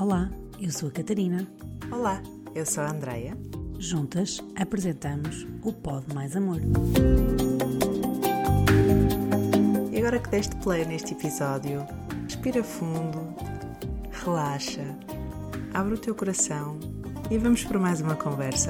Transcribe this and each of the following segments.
Olá, eu sou a Catarina. Olá, eu sou a Andreia. Juntas apresentamos o Pod Mais Amor. E agora que deste play neste episódio, respira fundo, relaxa, abre o teu coração e vamos para mais uma conversa.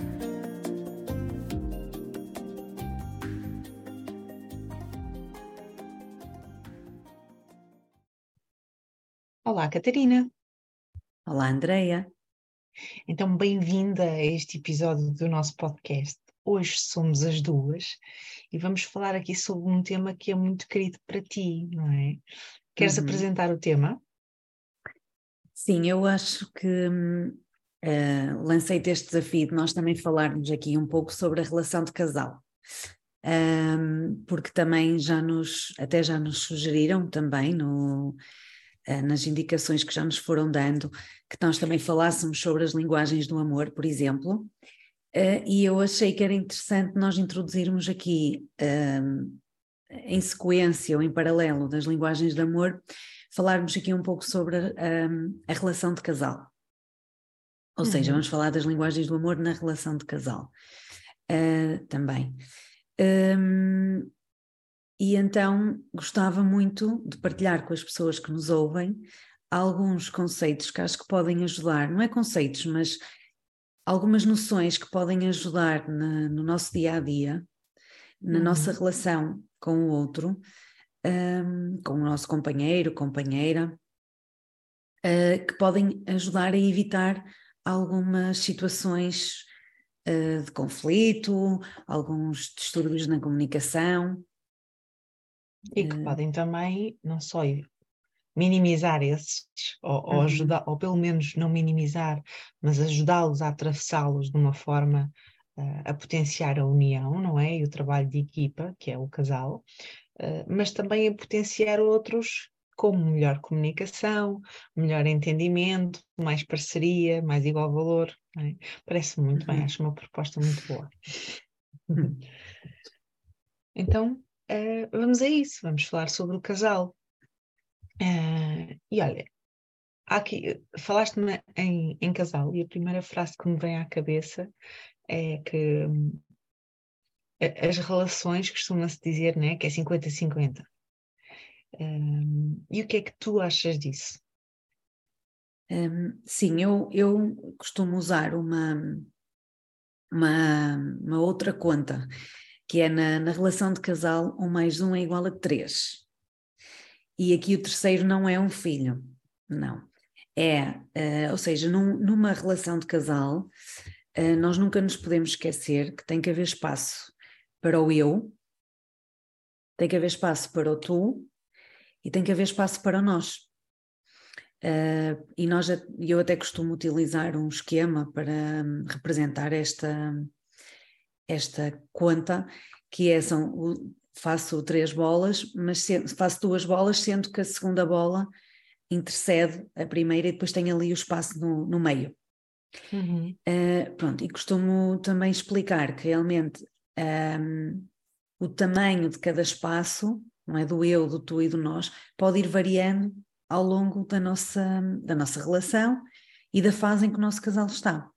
Olá, Catarina. Olá, Andreia. Então, bem-vinda a este episódio do nosso podcast. Hoje somos as duas e vamos falar aqui sobre um tema que é muito querido para ti, não é? Queres apresentar o tema? Sim, eu acho que lancei-te este desafio de nós também falarmos aqui um pouco sobre a relação de casal. Porque também já nos sugeriram também nas indicações que já nos foram dando, que nós também falássemos sobre as linguagens do amor, por exemplo, e eu achei que era interessante nós introduzirmos aqui, em sequência ou em paralelo das linguagens de amor, falarmos aqui um pouco sobre a relação de casal. Ou seja, vamos falar das linguagens do amor na relação de casal também. E então gostava muito de partilhar com as pessoas que nos ouvem alguns conceitos que acho que podem ajudar, não é conceitos, mas algumas noções que podem ajudar no nosso dia-a-dia, na nossa relação com o outro, com o nosso companheiro, companheira, que podem ajudar a evitar algumas situações de conflito, alguns distúrbios na comunicação. E que podem também, não só minimizar esses, ou ajudar, ou pelo menos não minimizar, mas ajudá-los a atravessá-los de uma forma a potenciar a união, não é? E o trabalho de equipa, que é o casal, mas também a potenciar outros com melhor comunicação, melhor entendimento, mais parceria, mais igual valor. Não é? Parece muito bem, acho uma proposta muito boa. Então, vamos a isso, vamos falar sobre o casal. E olha, aqui, falaste-me em casal e a primeira frase que me vem à cabeça é que as relações costuma-se dizer, né, que é 50-50. E o que é que tu achas disso? Sim, eu costumo usar uma outra conta, que é na relação de casal, 1 mais 1 é igual a 3. E aqui o terceiro não é um filho, não. Ou seja, numa relação de casal, nós nunca nos podemos esquecer que tem que haver espaço para o eu, tem que haver espaço para o tu e tem que haver espaço para o nós. Eu até costumo utilizar um esquema para representar esta conta, que faço 3 bolas, mas faço 2 bolas, sendo que a segunda bola intercede a primeira e depois tem ali o espaço no meio. Pronto, e costumo também explicar que realmente o tamanho de cada espaço, não é, do eu, do tu e do nós, pode ir variando ao longo da nossa relação e da fase em que o nosso casal está.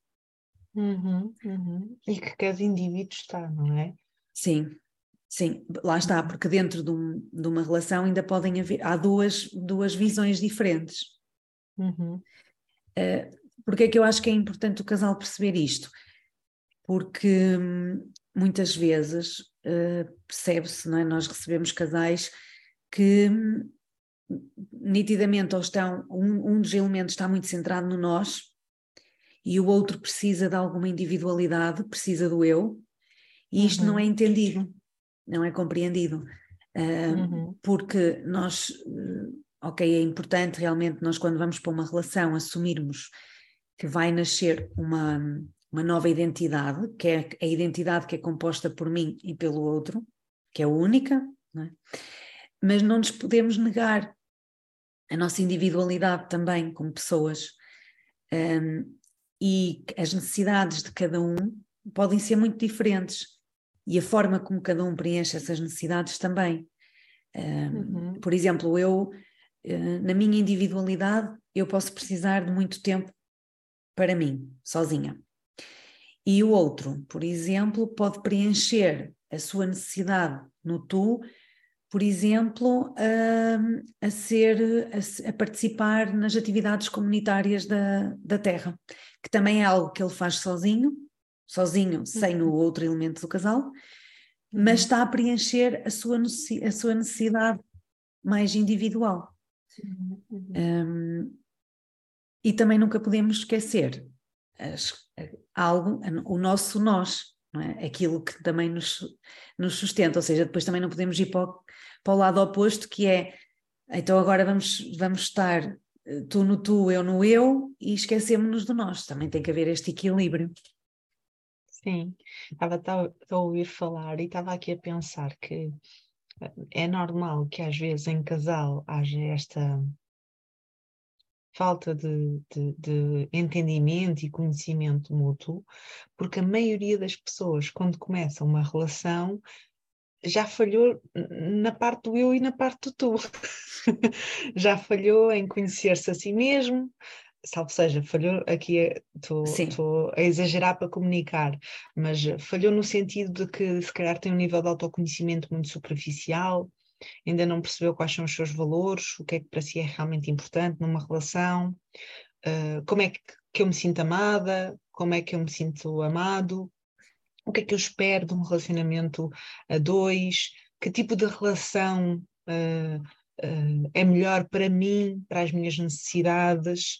E que cada indivíduo está, não é? Sim, lá está, porque dentro de uma relação ainda podem haver, há duas visões diferentes. Porque é que eu acho que é importante o casal perceber isto? Porque muitas vezes percebe-se, não é? Nós recebemos casais que nitidamente ou estão, um dos elementos está muito centrado no nós e o outro precisa de alguma individualidade, precisa do eu, e isto não é entendido, não é compreendido, porque nós, ok, é importante realmente nós quando vamos para uma relação assumirmos que vai nascer uma nova identidade, que é a identidade que é composta por mim e pelo outro, que é única, não é? Mas não nos podemos negar a nossa individualidade também como pessoas, e as necessidades de cada um podem ser muito diferentes e a forma como cada um preenche essas necessidades também. Por exemplo, eu na minha individualidade eu posso precisar de muito tempo para mim, sozinha. E o outro, por exemplo, pode preencher a sua necessidade no tu, por exemplo, a participar nas atividades comunitárias da Terra, que também é algo que ele faz sozinho, sem o outro elemento do casal, mas está a preencher a sua necessidade mais individual. E também nunca podemos esquecer o nosso nós, não é? Aquilo que também nos sustenta, ou seja, depois também não podemos ir para o lado oposto, que é, então agora vamos estar tu no tu, eu no eu, e esquecemos-nos do nós. Também tem que haver este equilíbrio. Sim, estava a ouvir falar e estava aqui a pensar que é normal que às vezes em casal haja esta falta de entendimento e conhecimento mútuo, porque a maioria das pessoas, quando começa uma relação, já falhou na parte do eu e na parte do tu. Já falhou em conhecer-se a si mesmo, salvo seja, falhou aqui, estou a exagerar para comunicar, mas falhou no sentido de que se calhar tem um nível de autoconhecimento muito superficial, ainda não percebeu quais são os seus valores, o que é que para si é realmente importante numa relação, como é que eu me sinto amada, como é que eu me sinto amado, o que é que eu espero de um relacionamento a dois, que tipo de relação é melhor para mim, para as minhas necessidades.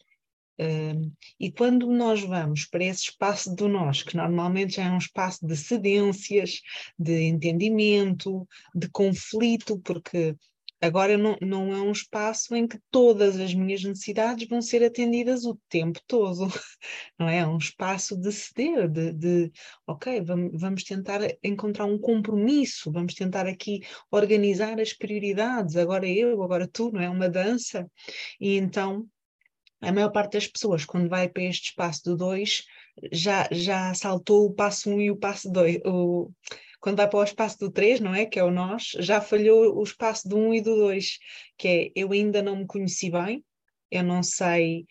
E quando nós vamos para esse espaço do nós, que normalmente já é um espaço de cedências, de entendimento, de conflito, porque agora não é um espaço em que todas as minhas necessidades vão ser atendidas o tempo todo, não é? É um espaço de ceder, ok, vamos tentar encontrar um compromisso, vamos tentar aqui organizar as prioridades, agora eu, agora tu, não é? Uma dança, e então a maior parte das pessoas, quando vai para este espaço do 2, já saltou o passo 1 e o passo 2. Quando vai para o espaço do 3, não é? Que é o nós, já falhou o espaço do 1 e do 2, que é eu ainda não me conheci bem, eu não sei,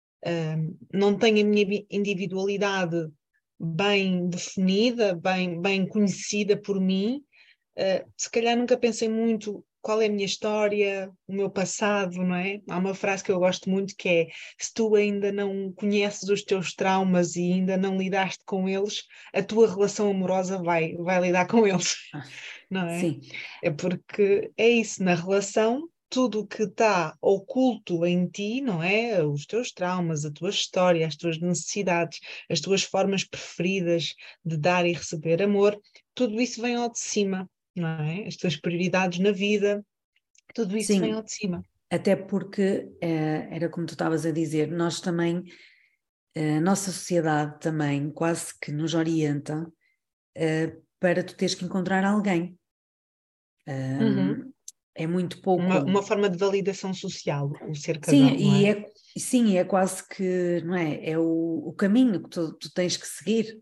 não tenho a minha individualidade bem definida, bem conhecida por mim. Se calhar nunca pensei muito qual é a minha história, o meu passado, não é? Há uma frase que eu gosto muito que é: se tu ainda não conheces os teus traumas e ainda não lidaste com eles, a tua relação amorosa vai lidar com eles, não é? Sim. É porque é isso, na relação, tudo o que está oculto em ti, não é? Os teus traumas, a tua história, as tuas necessidades, as tuas formas preferidas de dar e receber amor, tudo isso vem ao de cima, não é? As tuas prioridades na vida, tudo isso vem ao de cima. Até porque, era como tu estavas a dizer, nós também, a nossa sociedade também quase que nos orienta para tu teres que encontrar alguém. É muito pouco... Uma forma de validação social, o ser casal, não é? Sim, é quase que, não é? É o caminho que tu tens que seguir.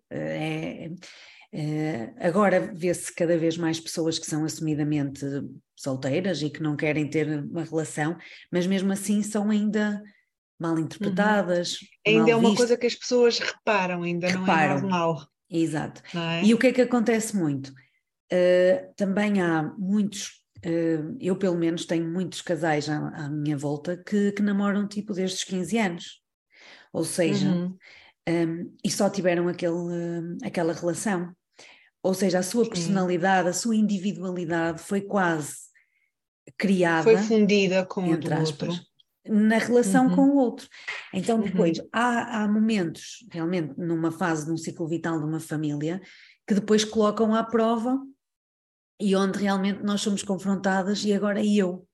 Agora vê-se cada vez mais pessoas que são assumidamente solteiras e que não querem ter uma relação, mas mesmo assim são ainda mal interpretadas, Ainda é mal uma vistas. coisa que as pessoas reparam, ainda não é normal. Exato. Não é? E o que é que acontece muito? Também há muitos, eu pelo menos tenho muitos casais à minha volta que namoram tipo desde os 15 anos, ou seja, e só tiveram aquela relação. Ou seja, a sua personalidade, a sua individualidade foi quase criada, foi fundida com o entre do aspas, outro. na relação com o outro. Então depois há momentos, realmente numa fase de um ciclo vital de uma família, que depois colocam à prova e onde realmente nós somos confrontadas e agora eu.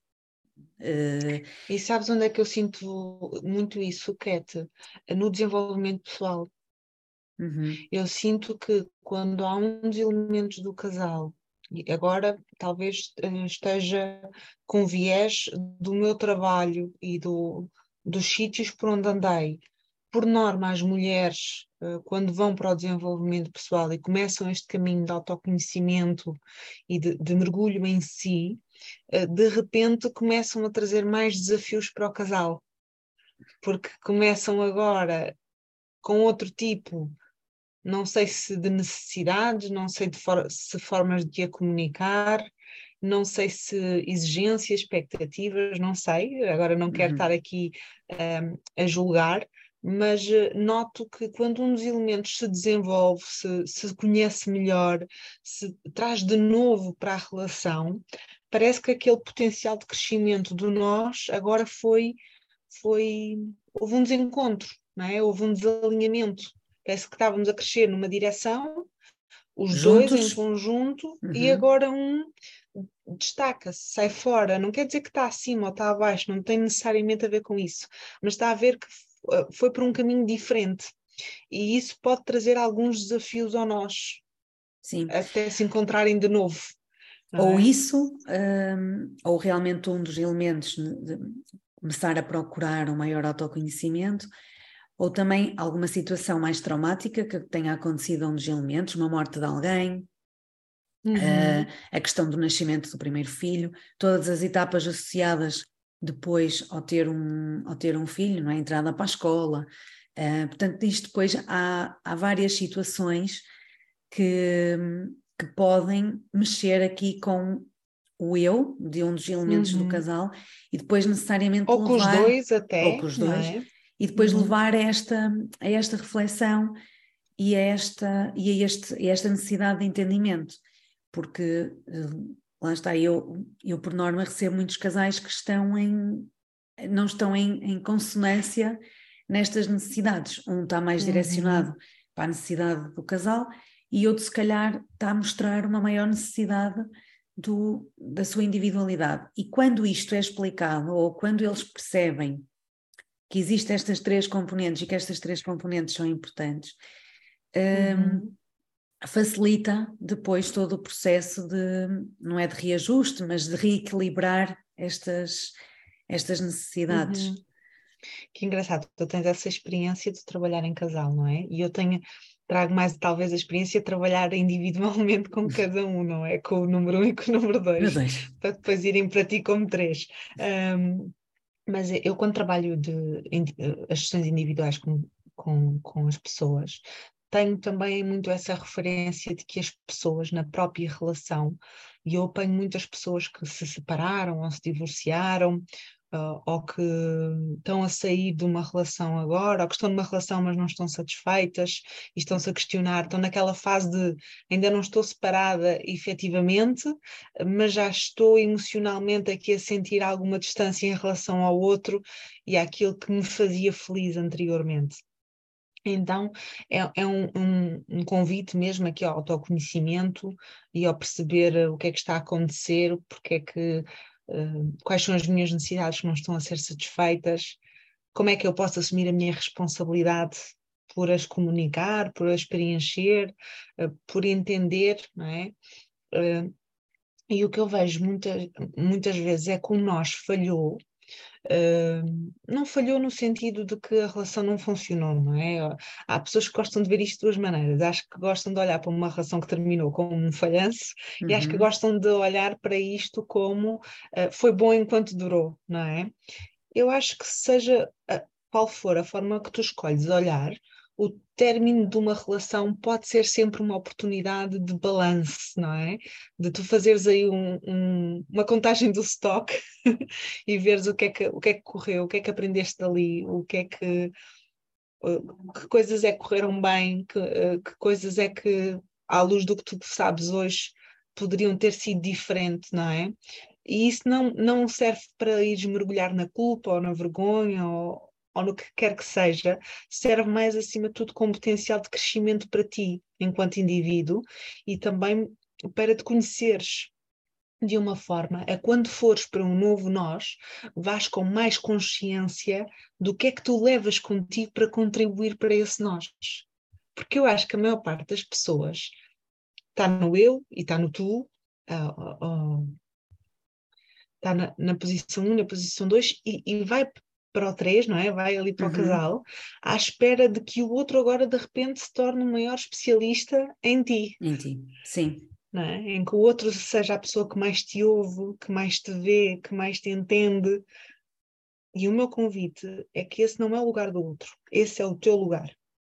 E sabes onde é que eu sinto muito isso, Kate? No desenvolvimento pessoal. Eu sinto que quando há um dos elementos do casal, e agora talvez esteja com viés do meu trabalho e dos sítios por onde andei. Por norma, as mulheres, quando vão para o desenvolvimento pessoal e começam este caminho de autoconhecimento e de mergulho em si, de repente começam a trazer mais desafios para o casal. porque começam agora com outro tipo, não sei se de necessidades, não sei se formas de a comunicar, não sei se exigências, expectativas, não sei, agora não quero estar aqui a julgar, mas noto que quando um dos elementos se desenvolve, se conhece melhor, se traz de novo para a relação, parece que aquele potencial de crescimento do nós agora houve um desencontro, não é? Houve um desalinhamento. Parece que estávamos a crescer numa direção, os dois em Juntos. conjunto, e agora um destaca-se, sai fora. Não quer dizer que está acima ou está abaixo, não tem necessariamente a ver com isso, mas está a ver que foi por um caminho diferente. E isso pode trazer alguns desafios a nós, Sim. até se encontrarem de novo. Ou isso, ou realmente um dos elementos de começar a procurar um maior autoconhecimento, ou também alguma situação mais traumática que tenha acontecido a um dos elementos, uma morte de alguém, a questão do nascimento do primeiro filho, todas as etapas associadas depois ao ter um filho, não é? A entrada para a escola. Portanto, isto depois há várias situações que podem mexer aqui com o eu, de um dos elementos do casal, e depois necessariamente ou com os levar, dois ou até, com os não dois, é? e depois levar a esta reflexão e a esta necessidade de entendimento, porque lá está, eu por norma recebo muitos casais que não estão em consonância nestas necessidades. Um está mais direcionado para a necessidade do casal e outro se calhar está a mostrar uma maior necessidade da sua individualidade. E quando isto é explicado, ou quando eles percebem que existem estas três componentes e que estas três componentes são importantes, facilita depois todo o processo não é de reajuste, mas de reequilibrar estas necessidades. Que engraçado, tu tens essa experiência de trabalhar em casal, não é? E eu trago mais talvez a experiência de trabalhar individualmente com cada um, não é? Com o número 1 e com o número 2, para depois irem para ti como 3. Mas eu quando trabalho as sessões individuais com as pessoas, tenho também muito essa referência de que as pessoas na própria relação, e eu apanho muitas pessoas que se separaram ou se divorciaram, ou que estão a sair de uma relação agora, ou que estão numa relação mas não estão satisfeitas e estão-se a questionar, estão naquela fase de ainda não estou separada efetivamente, mas já estou emocionalmente aqui a sentir alguma distância em relação ao outro e àquilo que me fazia feliz anteriormente. Então é um convite mesmo aqui ao autoconhecimento e ao perceber o que é que está a acontecer, porque é que, quais são as minhas necessidades que não estão a ser satisfeitas, como é que eu posso assumir a minha responsabilidade por as comunicar, por as preencher, por entender, não é? E o que eu vejo muitas vezes é que o nós falhou. Não falhou no sentido de que a relação não funcionou, não é? Há pessoas que gostam de ver isto de duas maneiras. Acho que gostam de olhar para uma relação que terminou como um falhanço e acho que gostam de olhar para isto como foi bom enquanto durou, não é? Eu acho que seja qual for a forma que tu escolhes olhar, o término de uma relação pode ser sempre uma oportunidade de balanço, não é? De tu fazeres aí uma contagem do stock e veres o que é que correu, o que é que aprendeste dali, que coisas é que correram bem, que coisas é que, à luz do que tu sabes hoje, poderiam ter sido diferente, não é? E isso não serve para ires mergulhar na culpa ou na vergonha ou no que quer que seja, serve mais acima de tudo como potencial de crescimento para ti, enquanto indivíduo, e também para te conheceres de uma forma a quando fores para um novo nós, vais com mais consciência do que é que tu levas contigo para contribuir para esse nós. Porque eu acho que a maior parte das pessoas está no eu e está no tu, está na posição 1, na posição 2 e vai para o 3, não é? Vai ali para o casal, à espera de que o outro agora de repente se torne o maior especialista em ti. Em ti, sim. Não é? Em que o outro seja a pessoa que mais te ouve, que mais te vê, que mais te entende. E o meu convite é que esse não é o lugar do outro, esse é o teu lugar.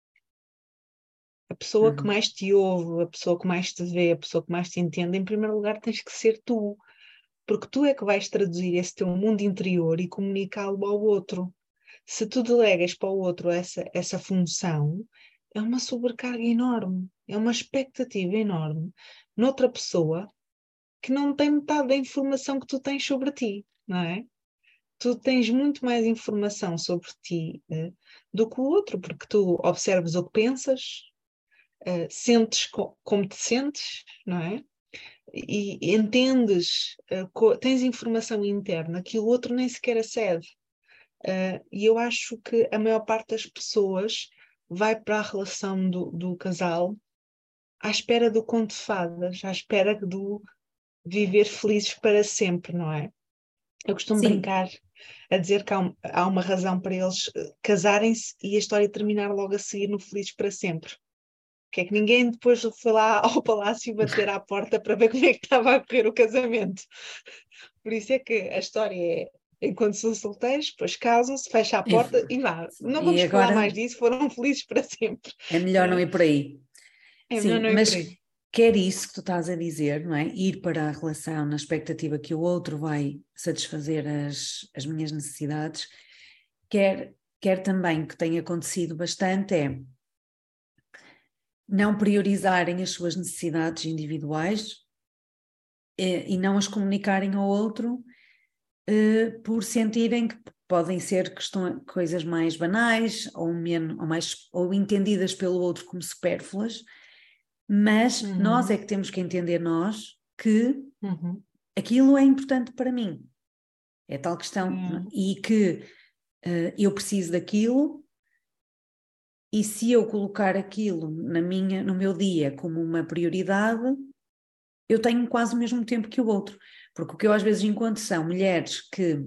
A pessoa que mais te ouve, a pessoa que mais te vê, a pessoa que mais te entende, em primeiro lugar tens que ser tu, porque tu é que vais traduzir esse teu mundo interior e comunicá-lo ao outro. Se tu delegas para o outro essa função, é uma sobrecarga enorme, é uma expectativa enorme noutra pessoa que não tem metade da informação que tu tens sobre ti, não é? Tu tens muito mais informação sobre ti do que o outro, porque tu observas o que pensas, sentes como te sentes, não é? E entendes, tens informação interna que o outro nem sequer acede. E eu acho que a maior parte das pessoas vai para a relação do casal à espera do conto de fadas, à espera do viver felizes para sempre, não é? Eu costumo Sim, brincar a dizer que há uma razão para eles casarem-se e a história terminar logo a seguir no Felizes para Sempre. Que é que ninguém depois foi lá ao palácio bater à porta para ver como é que estava a correr o casamento. Por isso é que a história é, enquanto são solteiros, depois casam-se, fecha a porta e vá. Não e vamos falar agora mais disso, foram felizes para sempre. é melhor não Né? ir por aí. É melhor Sim, não ir por mas aí. quer isso que tu estás a dizer, não é? Ir para a relação na expectativa que o outro vai satisfazer as minhas necessidades, quer também que tenha acontecido bastante é não priorizarem as suas necessidades individuais e não as comunicarem ao outro por sentirem que podem ser coisas mais banais ou menos ou entendidas pelo outro como supérfluas, mas nós é Uhum, que temos que entender que uhum. aquilo é importante para mim. É tal questão É. e que eu preciso daquilo. E se eu colocar aquilo no meu dia como uma prioridade, eu tenho quase o mesmo tempo que o outro. Porque o que eu às vezes encontro são mulheres que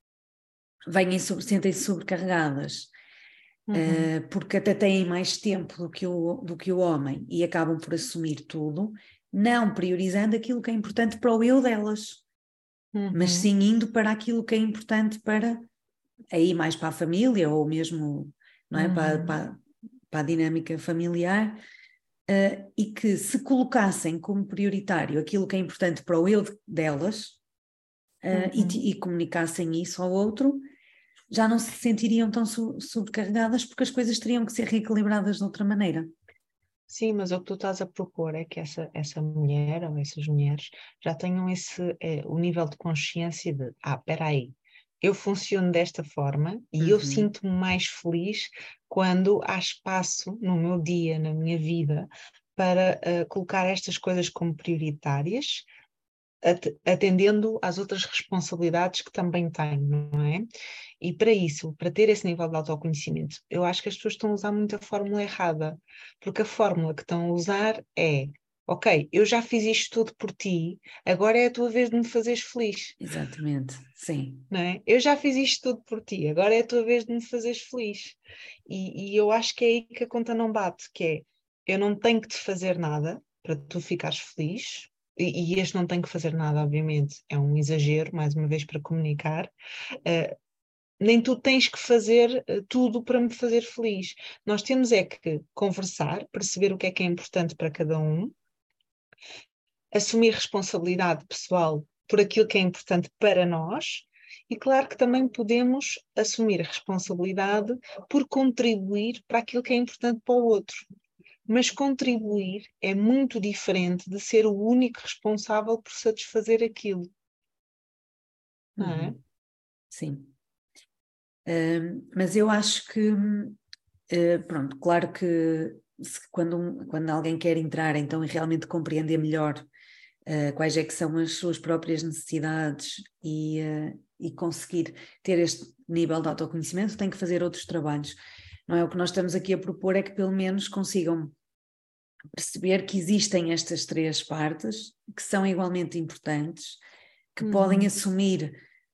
sentem-se sobrecarregadas, Uhum, porque até têm mais tempo do que o homem e acabam por assumir tudo, não priorizando aquilo que é importante para o eu delas, mas uhum, sim indo para aquilo que é importante para aí mais para a família ou mesmo, não é, uhum, para a dinâmica familiar. E que se colocassem como prioritário aquilo que é importante para o eu delas uhum. e comunicassem isso ao outro, já não se sentiriam tão sobrecarregadas porque as coisas teriam que ser reequilibradas de outra maneira. Sim, mas o que tu estás a propor é que essa mulher ou essas mulheres já tenham o nível de consciência de, espera aí, eu funciono desta forma e eu Uhum. sinto-me mais feliz quando há espaço no meu dia, na minha vida, para colocar estas coisas como prioritárias, atendendo às outras responsabilidades que também tenho, não é? E para isso, para ter esse nível de autoconhecimento, eu acho que as pessoas estão a usar muito a fórmula errada, porque a fórmula que estão a usar é: ok, eu já fiz isto tudo por ti, agora é a tua vez de me fazeres feliz, Exatamente, sim. não é? Eu já fiz isto tudo por ti, agora é a tua vez de me fazeres feliz. E eu acho que é aí que a conta não bate, que é: eu não tenho que te fazer nada para tu ficares feliz, e este não tem que fazer nada, obviamente, é um exagero, mais uma vez, para comunicar. Nem tu tens que fazer tudo para me fazer feliz. Nós temos é que conversar, perceber o que é importante para cada um, assumir responsabilidade pessoal por aquilo que é importante para nós, e claro que também podemos assumir responsabilidade por contribuir para aquilo que é importante para o outro. Mas contribuir é muito diferente de ser o único responsável por satisfazer aquilo, não é? Uhum. Sim. Mas eu acho que, pronto, claro que quando alguém quer entrar então e realmente compreender melhor quais é que são as suas próprias necessidades e conseguir ter este nível de autoconhecimento, tem que fazer outros trabalhos. Não é? O que nós estamos aqui a propor é que pelo menos consigam perceber que existem estas três partes, que são igualmente importantes, que podem Uhum. assumir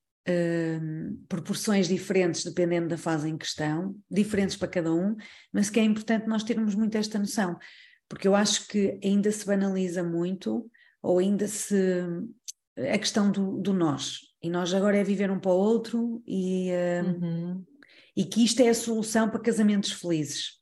proporções diferentes dependendo da fase em questão, diferentes para cada um, mas que é importante nós termos muito esta noção, porque eu acho que ainda se banaliza muito, ou ainda se a questão do nós, e nós agora é viver um para o outro e que isto é a solução para casamentos felizes.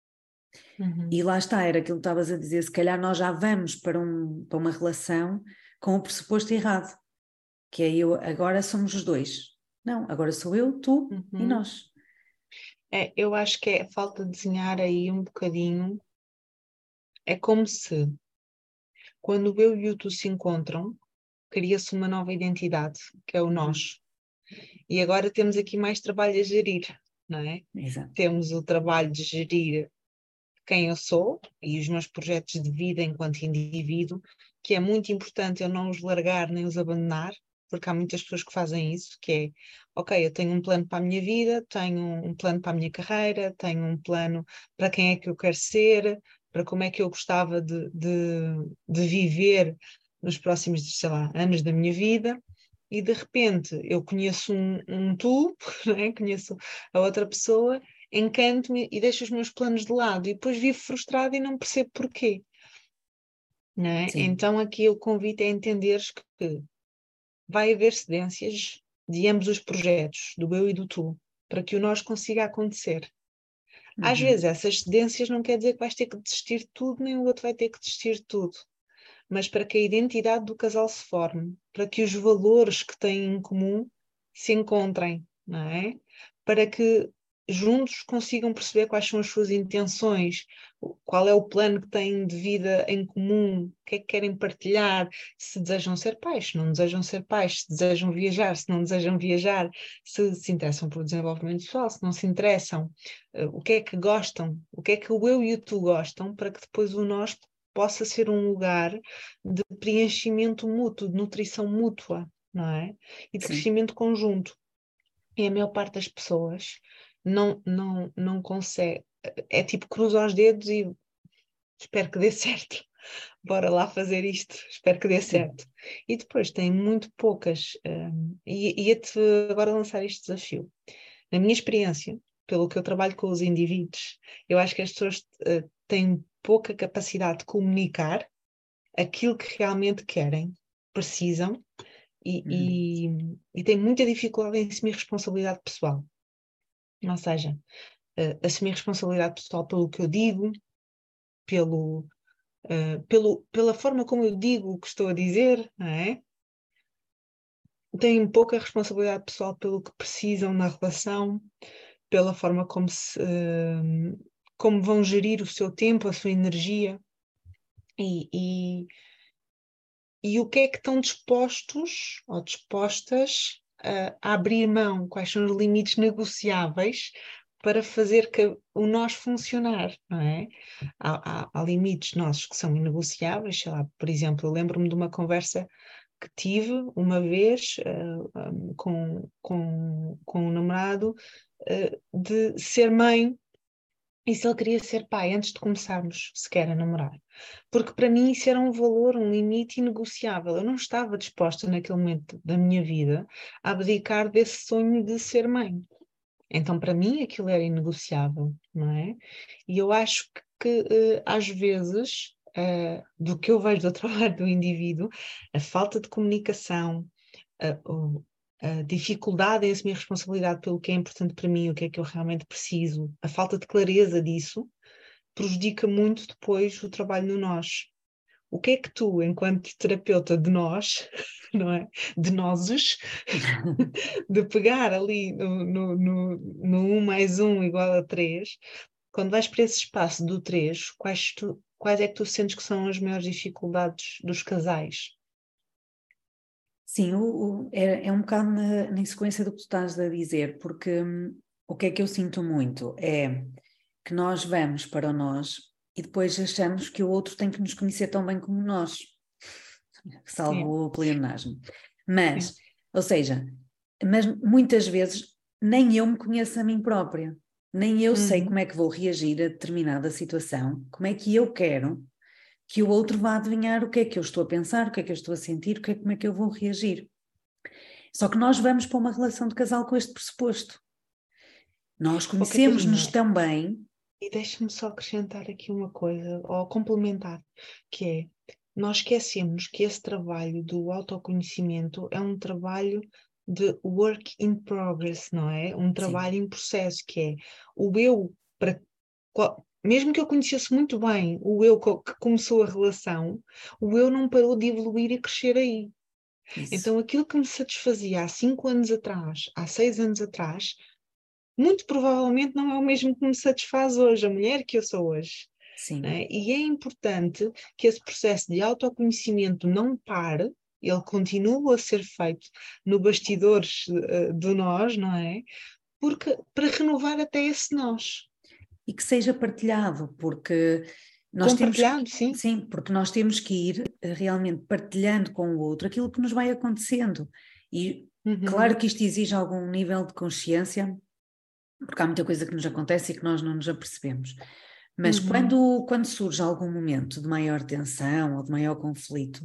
E lá está, era aquilo que estavas a dizer, se calhar nós já vamos para uma relação com o pressuposto errado, que é agora somos os dois. Não, agora sou eu, tu e nós. Eu acho que é falta de desenhar aí um bocadinho. É como se, quando o eu e o tu se encontram, cria-se uma nova identidade, que é o nós. E agora temos aqui mais trabalho a gerir, não é? Exato. Temos o trabalho de gerir quem eu sou e os meus projetos de vida enquanto indivíduo, que é muito importante eu não os largar nem os abandonar, porque há muitas pessoas que fazem isso, que é, ok, eu tenho um plano para a minha vida, tenho um plano para a minha carreira, tenho um plano para quem é que eu quero ser, para como é que eu gostava de viver nos próximos, sei lá, anos da minha vida, e de repente eu conheço um tu, né? Conheço a outra pessoa, encanto-me e deixo os meus planos de lado e depois vivo frustrada e não percebo porquê. Não é? Então aqui o convite é entenderes que vai haver cedências de ambos os projetos, do eu e do tu, para que o nós consiga acontecer. Às vezes essas cedências não quer dizer que vais ter que desistir de tudo, nem o outro vai ter que desistir de tudo. Mas para que a identidade do casal se forme, para que os valores que têm em comum se encontrem, não é? Para que juntos consigam perceber quais são as suas intenções, qual é o plano que têm de vida em comum, o que é que querem partilhar, se desejam ser pais, se não desejam ser pais, se desejam viajar, se não desejam viajar, se interessam pelo desenvolvimento pessoal, se não se interessam, o que é que gostam, o que é que o eu e o tu gostam, para que depois o nós possa ser um lugar de preenchimento mútuo, de nutrição mútua, não é? E de crescimento conjunto. E a maior parte das pessoas não consegue. É tipo, cruza os dedos e espero que dê certo. Bora lá fazer isto, espero que dê certo. E depois tem muito poucas. Ia-te agora lançar este desafio. Na minha experiência, pelo que eu trabalho com os indivíduos, eu acho que as pessoas têm pouca capacidade de comunicar aquilo que realmente querem, precisam e têm muita dificuldade em assumir responsabilidade pessoal. Ou seja, assumir responsabilidade pessoal pelo que eu digo, pela forma como eu digo o que estou a dizer, não é? Têm pouca responsabilidade pessoal pelo que precisam na relação, pela forma como vão gerir o seu tempo, a sua energia e o que é que estão dispostos ou dispostas a abrir mão, quais são os limites negociáveis para fazer que o nós funcionar, não é? Há limites nossos que são inegociáveis, sei lá, por exemplo, eu lembro-me de uma conversa que tive uma vez com um namorado de ser mãe e se ele queria ser pai antes de começarmos sequer a namorar. Porque para mim isso era um valor, um limite inegociável. Eu não estava disposta naquele momento da minha vida a abdicar desse sonho de ser mãe. Então para mim aquilo era inegociável, não é? E eu acho que às vezes, do que eu vejo do trabalho do indivíduo, a falta de comunicação, a dificuldade em assumir responsabilidade pelo que é importante para mim, o que é que eu realmente preciso, a falta de clareza disso, prejudica muito depois o trabalho no nós. O que é que tu, enquanto terapeuta de nós, não é? De nozes, de pegar ali no 1 mais 1 igual a 3, quando vais para esse espaço do 3, quais é que tu sentes que são as maiores dificuldades dos casais? Sim, é um bocado na sequência do que tu estás a dizer, porque o que é que eu sinto muito é que nós vamos para o nós e depois achamos que o outro tem que nos conhecer tão bem como nós, salvo o pleonasmo. Mas, ou seja, mas muitas vezes nem eu me conheço a mim própria, nem eu sei como é que vou reagir a determinada situação, como é que eu quero que o outro vá adivinhar o que é que eu estou a pensar, o que é que eu estou a sentir, como é que eu vou reagir. Só que nós vamos para uma relação de casal com este pressuposto. Nós conhecemos-nos tão bem. E deixa-me só acrescentar aqui uma coisa, ou complementar, que é, nós esquecemos que esse trabalho do autoconhecimento é um trabalho de work in progress, não é? Um trabalho em processo, que é o eu, mesmo que eu conhecesse muito bem o eu que começou a relação, o eu não parou de evoluir e crescer aí. Isso. Então aquilo que me satisfazia há 5 anos atrás, há 6 anos atrás, muito provavelmente não é o mesmo que me satisfaz hoje, a mulher que eu sou hoje. Sim. Né? E é importante que esse processo de autoconhecimento não pare, ele continua a ser feito no bastidores do nós, não é? Porque, para renovar até esse nós. E que seja partilhado, porque nós Compartilhado, sim. Sim, porque nós temos que ir realmente partilhando com o outro aquilo que nos vai acontecendo. E claro que isto exige algum nível de consciência, porque há muita coisa que nos acontece e que nós não nos apercebemos. Mas quando surge algum momento de maior tensão ou de maior conflito,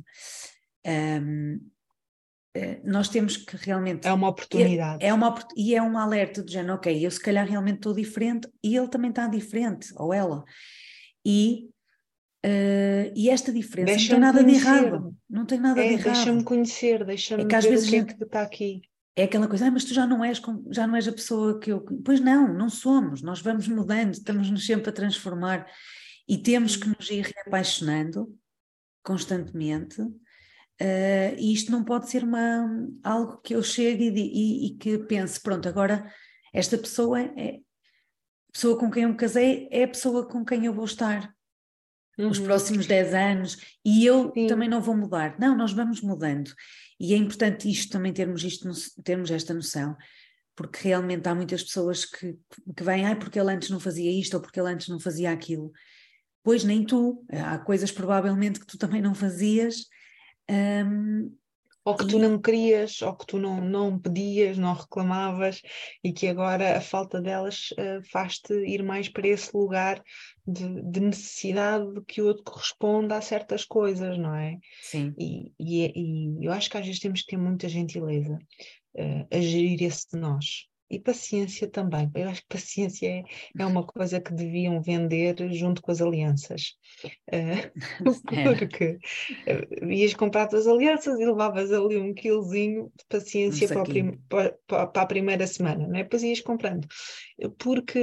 nós temos que realmente... É uma oportunidade. E é um alerta de género, ok, eu se calhar realmente estou diferente e ele também está diferente, ou ela. E esta diferença não tem nada de errado. Não tem nada de errado. Deixa-me conhecer, deixa-me ver o que é que está aqui. É aquela coisa, mas tu já não és a pessoa que eu... Pois não somos, nós vamos mudando, estamos-nos sempre a transformar e temos que nos ir reapaixonando constantemente, e isto não pode ser algo que eu chegue e que pense, pronto, agora esta pessoa é a pessoa com quem eu me casei, é a pessoa com quem eu vou estar os próximos 10 anos e eu também não vou mudar. Não, nós vamos mudando. E é importante também termos esta noção, porque realmente há muitas pessoas que vêm, porque ele antes não fazia isto ou porque ele antes não fazia aquilo. Pois nem tu, há coisas provavelmente que tu também não fazias. Ou que tu não querias, ou que tu não pedias, não reclamavas, e que agora a falta delas faz-te ir mais para esse lugar de necessidade de que o outro corresponda a certas coisas, não é? Sim. E eu acho que às vezes temos que ter muita gentileza a gerir esse nós. E paciência também. Eu acho que paciência é uma coisa que deviam vender junto com as alianças. Porque ias comprar as alianças e levavas ali um quilozinho de paciência para a primeira semana, não é? Depois ias comprando. Porque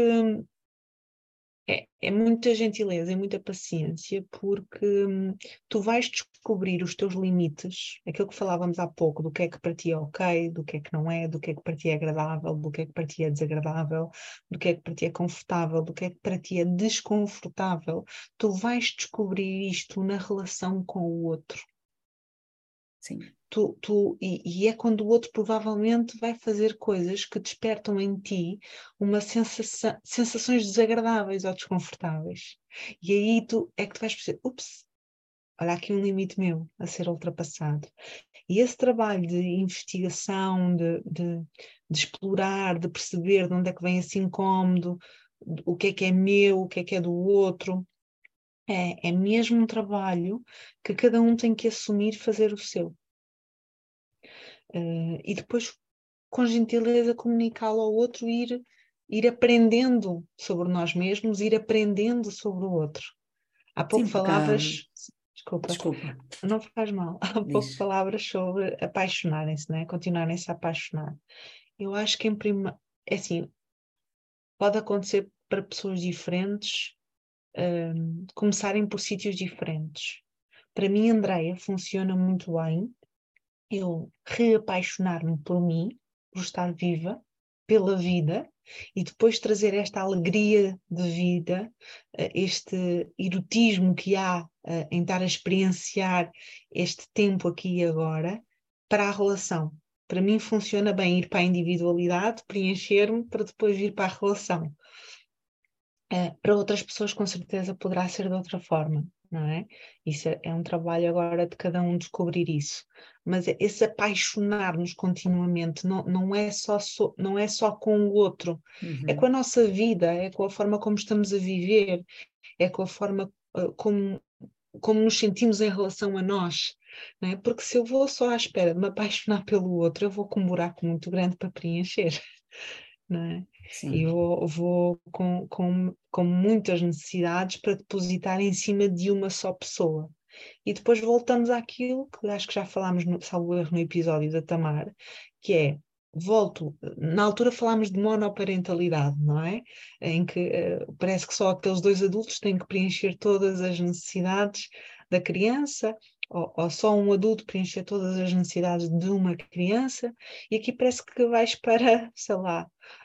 é muita gentileza e muita paciência, porque tu vais descobrir os teus limites, aquilo que falávamos há pouco, do que é que para ti é ok, do que é que não é, do que é que para ti é agradável, do que é que para ti é desagradável, do que é que para ti é confortável, do que é que para ti é desconfortável. Tu vais descobrir isto na relação com o outro. Sim. E é quando o outro provavelmente vai fazer coisas que despertam em ti uma sensações desagradáveis ou desconfortáveis. E aí tu vais perceber, ups, olha aqui um limite meu a ser ultrapassado. E esse trabalho de investigação, de explorar, de perceber de onde é que vem esse incómodo, o que é meu, o que é do outro, é mesmo um trabalho que cada um tem que assumir fazer o seu. E depois, com gentileza, comunicá-lo ao outro e ir aprendendo sobre nós mesmos, ir aprendendo sobre o outro. Há pouco falavas... Desculpa, não faz mal. Há pouco palavras sobre apaixonarem-se, não é? Continuarem-se a apaixonar. Eu acho que é assim, pode acontecer para pessoas diferentes, começarem por sítios diferentes. Para mim, Andreia, funciona muito bem eu reapaixonar-me por mim, por estar viva, pela vida, e depois trazer esta alegria de vida, este erotismo que há em estar a experienciar este tempo aqui e agora, para a relação. Para mim funciona bem ir para a individualidade, preencher-me, para depois vir para a relação. Para outras pessoas com certeza poderá ser de outra forma, não é? Isso é um trabalho agora de cada um descobrir isso. Mas esse apaixonar-nos continuamente não é só com o outro, é com a nossa vida, é com a forma como estamos a viver, é com a forma como nos sentimos em relação a nós. Não é? Porque se eu vou só à espera de me apaixonar pelo outro, eu vou com um buraco muito grande para preencher. Não é? Sim. E vou com muitas necessidades para depositar em cima de uma só pessoa. E depois voltamos àquilo que acho que já falámos, salvo erro, no episódio da Tamar, que é, na altura falámos de monoparentalidade, não é? Em que parece que só aqueles dois adultos têm que preencher todas as necessidades da criança, ou só um adulto preencher todas as necessidades de uma criança, e aqui parece que vais para, sei lá,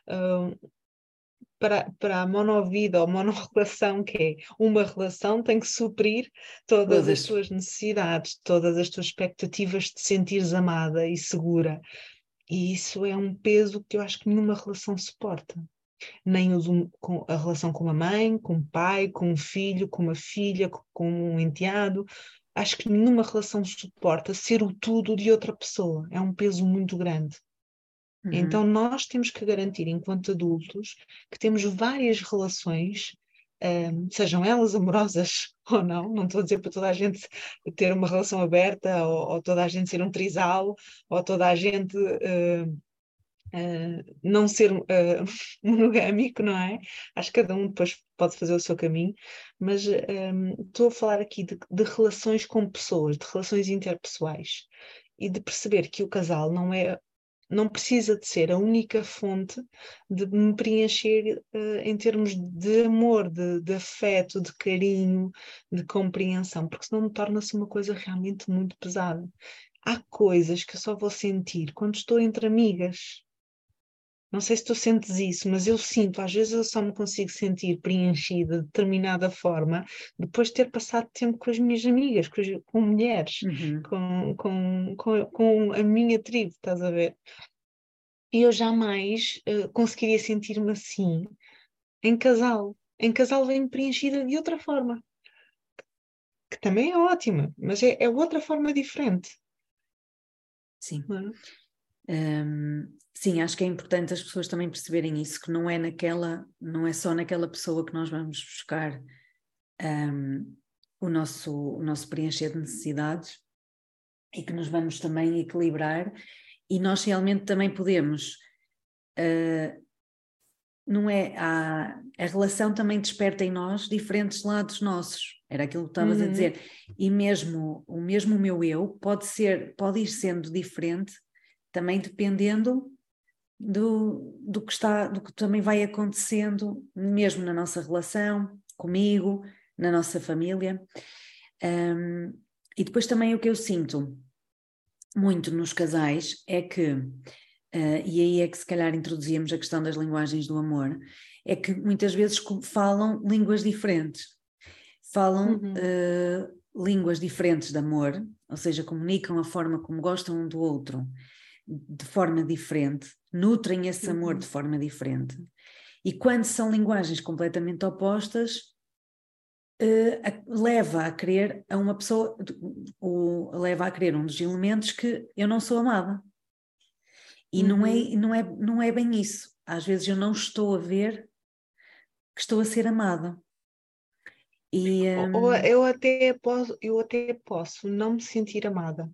para a monovida ou monorrelação, que é uma relação tem que suprir todas as tuas necessidades, todas as tuas expectativas de sentires amada e segura. E isso é um peso que eu acho que nenhuma relação suporta. Nem com a relação com a mãe, com o pai, com o filho, com uma filha, com um enteado. Acho que nenhuma relação suporta ser o tudo de outra pessoa. É um peso muito grande. Então nós temos que garantir, enquanto adultos, que temos várias relações, sejam elas amorosas ou não estou a dizer para toda a gente ter uma relação aberta, ou toda a gente ser um trisal, ou toda a gente não ser monogâmico, não é? Acho que cada um depois pode fazer o seu caminho, mas estou a falar aqui de relações com pessoas, de relações interpessoais, e de perceber que o casal não precisa de ser a única fonte de me preencher em termos de amor, de afeto, de carinho, de compreensão, porque senão torna-se uma coisa realmente muito pesada. Há coisas que eu só vou sentir quando estou entre amigas. Não sei se tu sentes isso, mas eu sinto, às vezes eu só me consigo sentir preenchida de determinada forma depois de ter passado tempo com as minhas amigas, com mulheres, com a minha tribo, estás a ver? E eu jamais conseguiria sentir-me assim em casal. Em casal venho preenchida de outra forma, que também é ótima, mas é outra forma diferente. Sim. Não é? Sim, acho que é importante as pessoas também perceberem isso, que não é só naquela pessoa que nós vamos buscar o nosso preencher de necessidades, e que nos vamos também equilibrar, e nós realmente também podemos, não é, a relação também desperta em nós diferentes lados nossos, era aquilo que estavas a dizer, e mesmo o meu eu pode ir sendo diferente, também dependendo do que também vai acontecendo, mesmo na nossa relação, comigo, na nossa família. E depois também o que eu sinto muito nos casais é que, e aí é que se calhar introduzíamos a questão das linguagens do amor, é que muitas vezes falam línguas diferentes, falam línguas diferentes de amor, ou seja, comunicam a forma como gostam um do outro de forma diferente, nutrem esse amor de forma diferente. E quando são linguagens completamente opostas, leva a querer a uma pessoa, leva a querer um dos elementos que eu não sou amada. E não é bem isso. Às vezes eu não estou a ver que estou a ser amada. E, eu até posso não me sentir amada,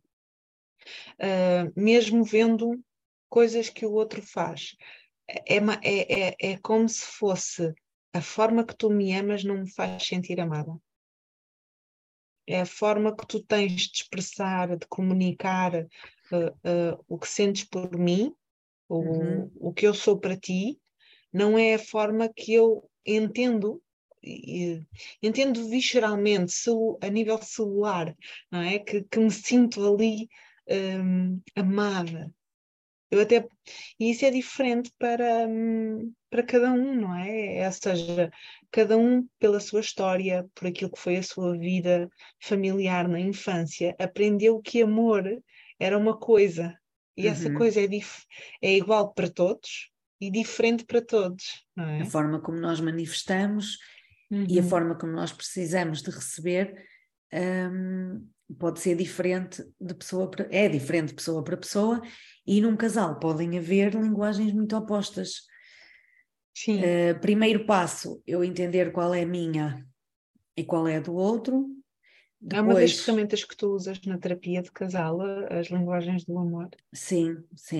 mesmo vendo coisas que o outro faz. É como se fosse a forma que tu me amas não me faz sentir amada. É a forma que tu tens de expressar, de comunicar o que sentes por mim, o que eu sou para ti, não é a forma que eu entendo. Entendo visceralmente, a nível celular, não é? Que me sinto ali amada. E isso é diferente para cada um, não é? Ou seja, cada um pela sua história, por aquilo que foi a sua vida familiar na infância, aprendeu que amor era uma coisa. E essa coisa é igual para todos e diferente para todos, não é? A forma como nós manifestamos e a forma como nós precisamos de receber pode ser diferente de pessoa para pessoa, e num casal podem haver linguagens muito opostas. Sim. Primeiro passo, eu entender qual é a minha e qual é a do outro. Depois, é uma das ferramentas que tu usas na terapia de casal, as linguagens do amor. Sim.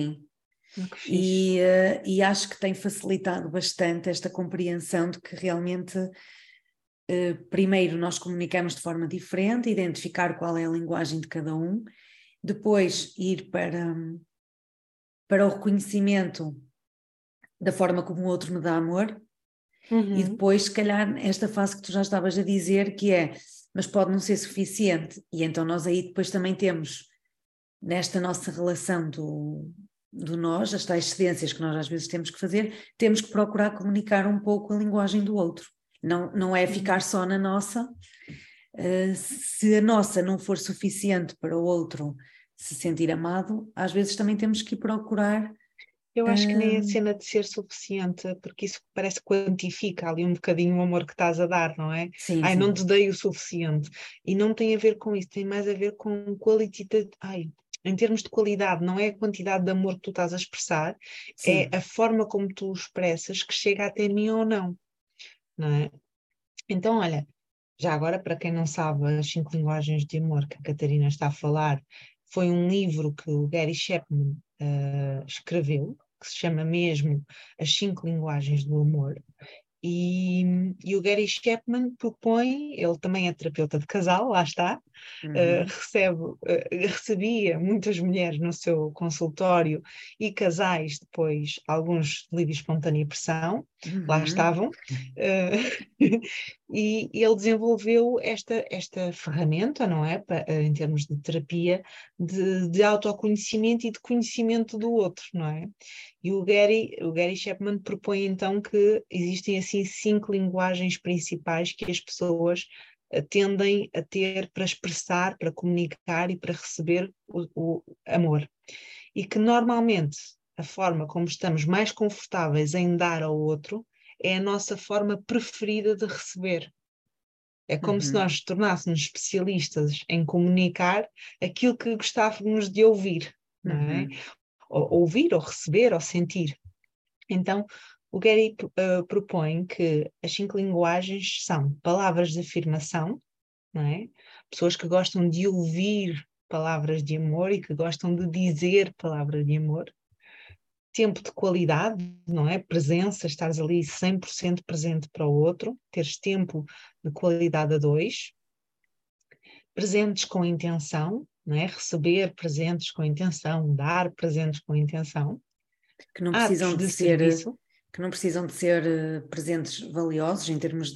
E acho que tem facilitado bastante esta compreensão de que realmente primeiro nós comunicamos de forma diferente, identificar qual é a linguagem de cada um, depois ir para o reconhecimento da forma como o outro me dá amor, e depois, se calhar, esta fase que tu já estavas a dizer, que é, mas pode não ser suficiente, e então nós aí depois também temos, nesta nossa relação do nós, as tais cedências que nós às vezes temos que fazer, temos que procurar comunicar um pouco a linguagem do outro, não é ficar só na nossa. Se a nossa não for suficiente para o outro se sentir amado, às vezes também temos que ir procurar. Eu acho que nem a cena de ser suficiente, porque isso parece que quantifica ali um bocadinho o amor que estás a dar, não é? Sim, Ai, sim. não te dei o suficiente. E não tem a ver com isso, tem mais a ver com qualidade. Ai, em termos de qualidade, não é a quantidade de amor que tu estás a expressar, Sim. é a forma como tu o expressas que chega até mim ou não, não é? Então, olha, já agora, para quem não sabe, as 5 linguagens de amor que a Catarina está a falar, foi um livro que o Gary Chapman escreveu, que se chama mesmo As 5 Linguagens do Amor. E o Gary Chapman propõe, ele também é terapeuta de casal, lá está, recebia muitas mulheres no seu consultório e casais depois, alguns de livre e espontânea pressão, lá estavam, e ele desenvolveu esta ferramenta, não é, em termos de terapia, de autoconhecimento e de conhecimento do outro, não é? E o Gary Chapman propõe então que existem assim 5 linguagens principais que as pessoas tendem a ter para expressar, para comunicar e para receber o amor. E que normalmente a forma como estamos mais confortáveis em dar ao outro é a nossa forma preferida de receber. É como se nós nos tornássemos especialistas em comunicar aquilo que gostávamos de ouvir, não é? Ou ouvir, ou receber, ou sentir. Então, o Gary propõe que as 5 linguagens são palavras de afirmação, não é? Pessoas que gostam de ouvir palavras de amor e que gostam de dizer palavras de amor. Tempo de qualidade, não é? Presença, estares ali 100% presente para o outro, teres tempo de qualidade a dois. Presentes com intenção, não é? Receber presentes com intenção, dar presentes com intenção. Que não precisam Atos de de ser, serviço. que não precisam de ser presentes valiosos em termos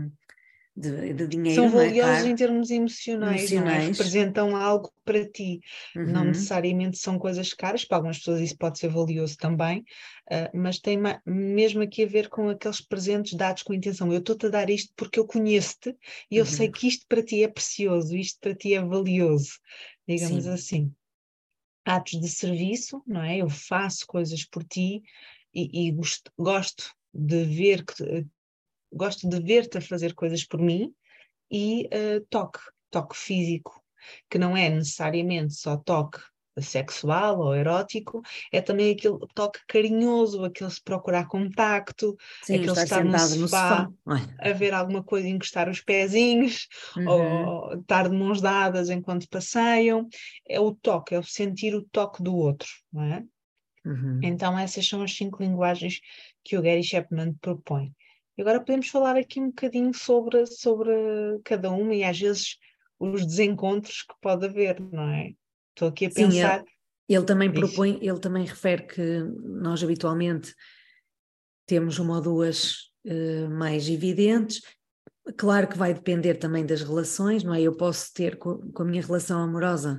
de São dinheiro, não é? valiosos em Caro, termos emocionais, não é? emocionais. Representam algo para ti. Não necessariamente são coisas caras, para algumas pessoas isso pode ser valioso também, mas tem mesmo aqui a ver com aqueles presentes dados com intenção. Eu estou-te a dar isto porque eu conheço-te e eu sei que isto para ti é precioso, isto para ti é valioso, digamos Sim. assim. Atos de serviço, não é? Eu faço coisas por ti e gosto de ver que gosto de ver-te a fazer coisas por mim. E toque físico, que não é necessariamente só toque sexual ou erótico, é também aquele toque carinhoso, aquele se procurar contacto, Sim, aquele estar estar no sentado no sofá sofá. Não é? a ver alguma coisa, encostar os pezinhos, ou estar de mãos dadas enquanto passeiam, é o toque, é o sentir o toque do outro, não é? Então essas são as 5 linguagens que o Gary Chapman propõe. E agora podemos falar aqui um bocadinho sobre cada uma e às vezes os desencontros que pode haver, não é? Estou aqui a Sim, pensar. ele também Diz. propõe, ele também refere que nós habitualmente temos uma ou duas mais evidentes. Claro que vai depender também das relações, não é? Eu posso ter com a minha relação amorosa,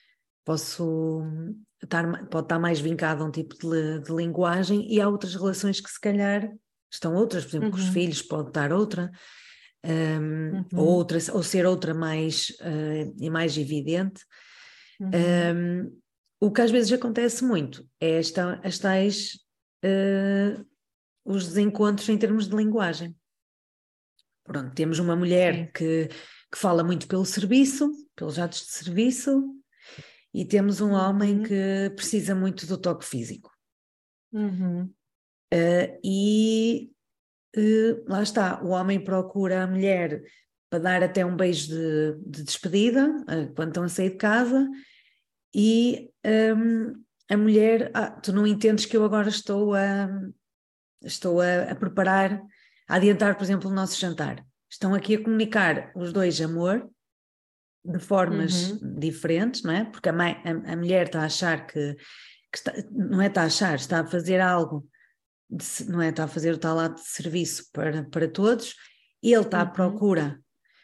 pode estar mais vincado a um tipo de linguagem, e há outras relações que se calhar estão outras, por exemplo, com os filhos pode estar outra, ou ser outra mais e mais evidente. O que às vezes acontece muito é as tais os desencontros em termos de linguagem. Pronto, temos uma mulher que fala muito pelo serviço, pelos atos de serviço, e temos um homem que precisa muito do toque físico. Lá está, o homem procura a mulher para dar até um beijo de despedida, quando estão a sair de casa, e a mulher, tu não entendes que eu agora estou a preparar, a adiantar, por exemplo, o nosso jantar. estão aqui a comunicar os dois amor de formas diferentes, não é? Porque a mulher está a achar que não é, está a achar, está a fazer algo, não é? Está a fazer o tal ato de serviço para todos, ele está à procura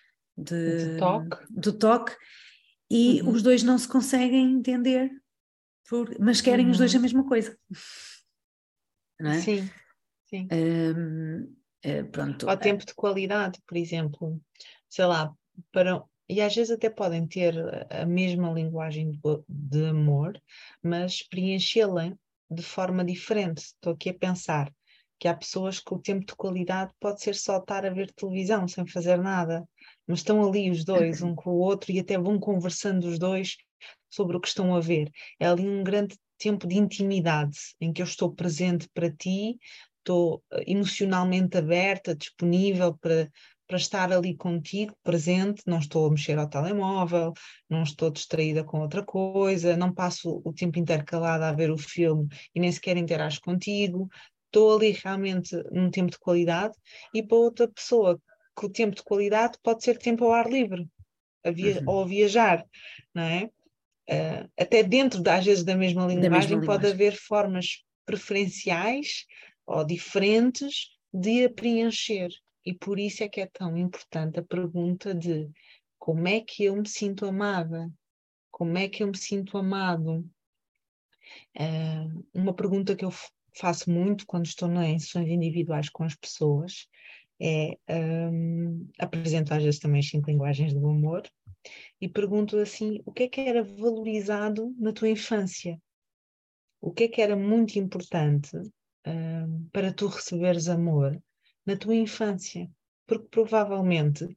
do toque e os dois não se conseguem entender, mas querem os dois a mesma coisa, não é? Sim, sim. Pronto. Ao tempo de qualidade, por exemplo, sei lá, e às vezes até podem ter a mesma linguagem de amor, mas preenchê-la de forma diferente. Estou aqui a pensar que há pessoas que o tempo de qualidade pode ser só estar a ver televisão sem fazer nada, mas estão ali os dois, um com o outro, e até vão conversando os dois sobre o que estão a ver. É ali um grande tempo de intimidade, em que eu estou presente para ti, estou emocionalmente aberta, disponível para estar ali contigo, presente, não estou a mexer ao telemóvel, não estou distraída com outra coisa, não passo o tempo intercalado a ver o filme e nem sequer interajo contigo, estou ali realmente num tempo de qualidade. E para outra pessoa, que o tempo de qualidade pode ser tempo ao ar livre, ou a viajar, não é? Até dentro, às vezes, da mesma linguagem, pode haver formas preferenciais ou diferentes de a preencher. E por isso é que é tão importante a pergunta de como é que eu me sinto amada? Como é que eu me sinto amado? Uma pergunta que eu faço muito quando estou em sessões individuais com as pessoas é, apresento às vezes também as 5 linguagens do amor, e pergunto assim, o que era valorizado na tua infância? O que era muito importante para tu receberes amor na tua infância? Porque provavelmente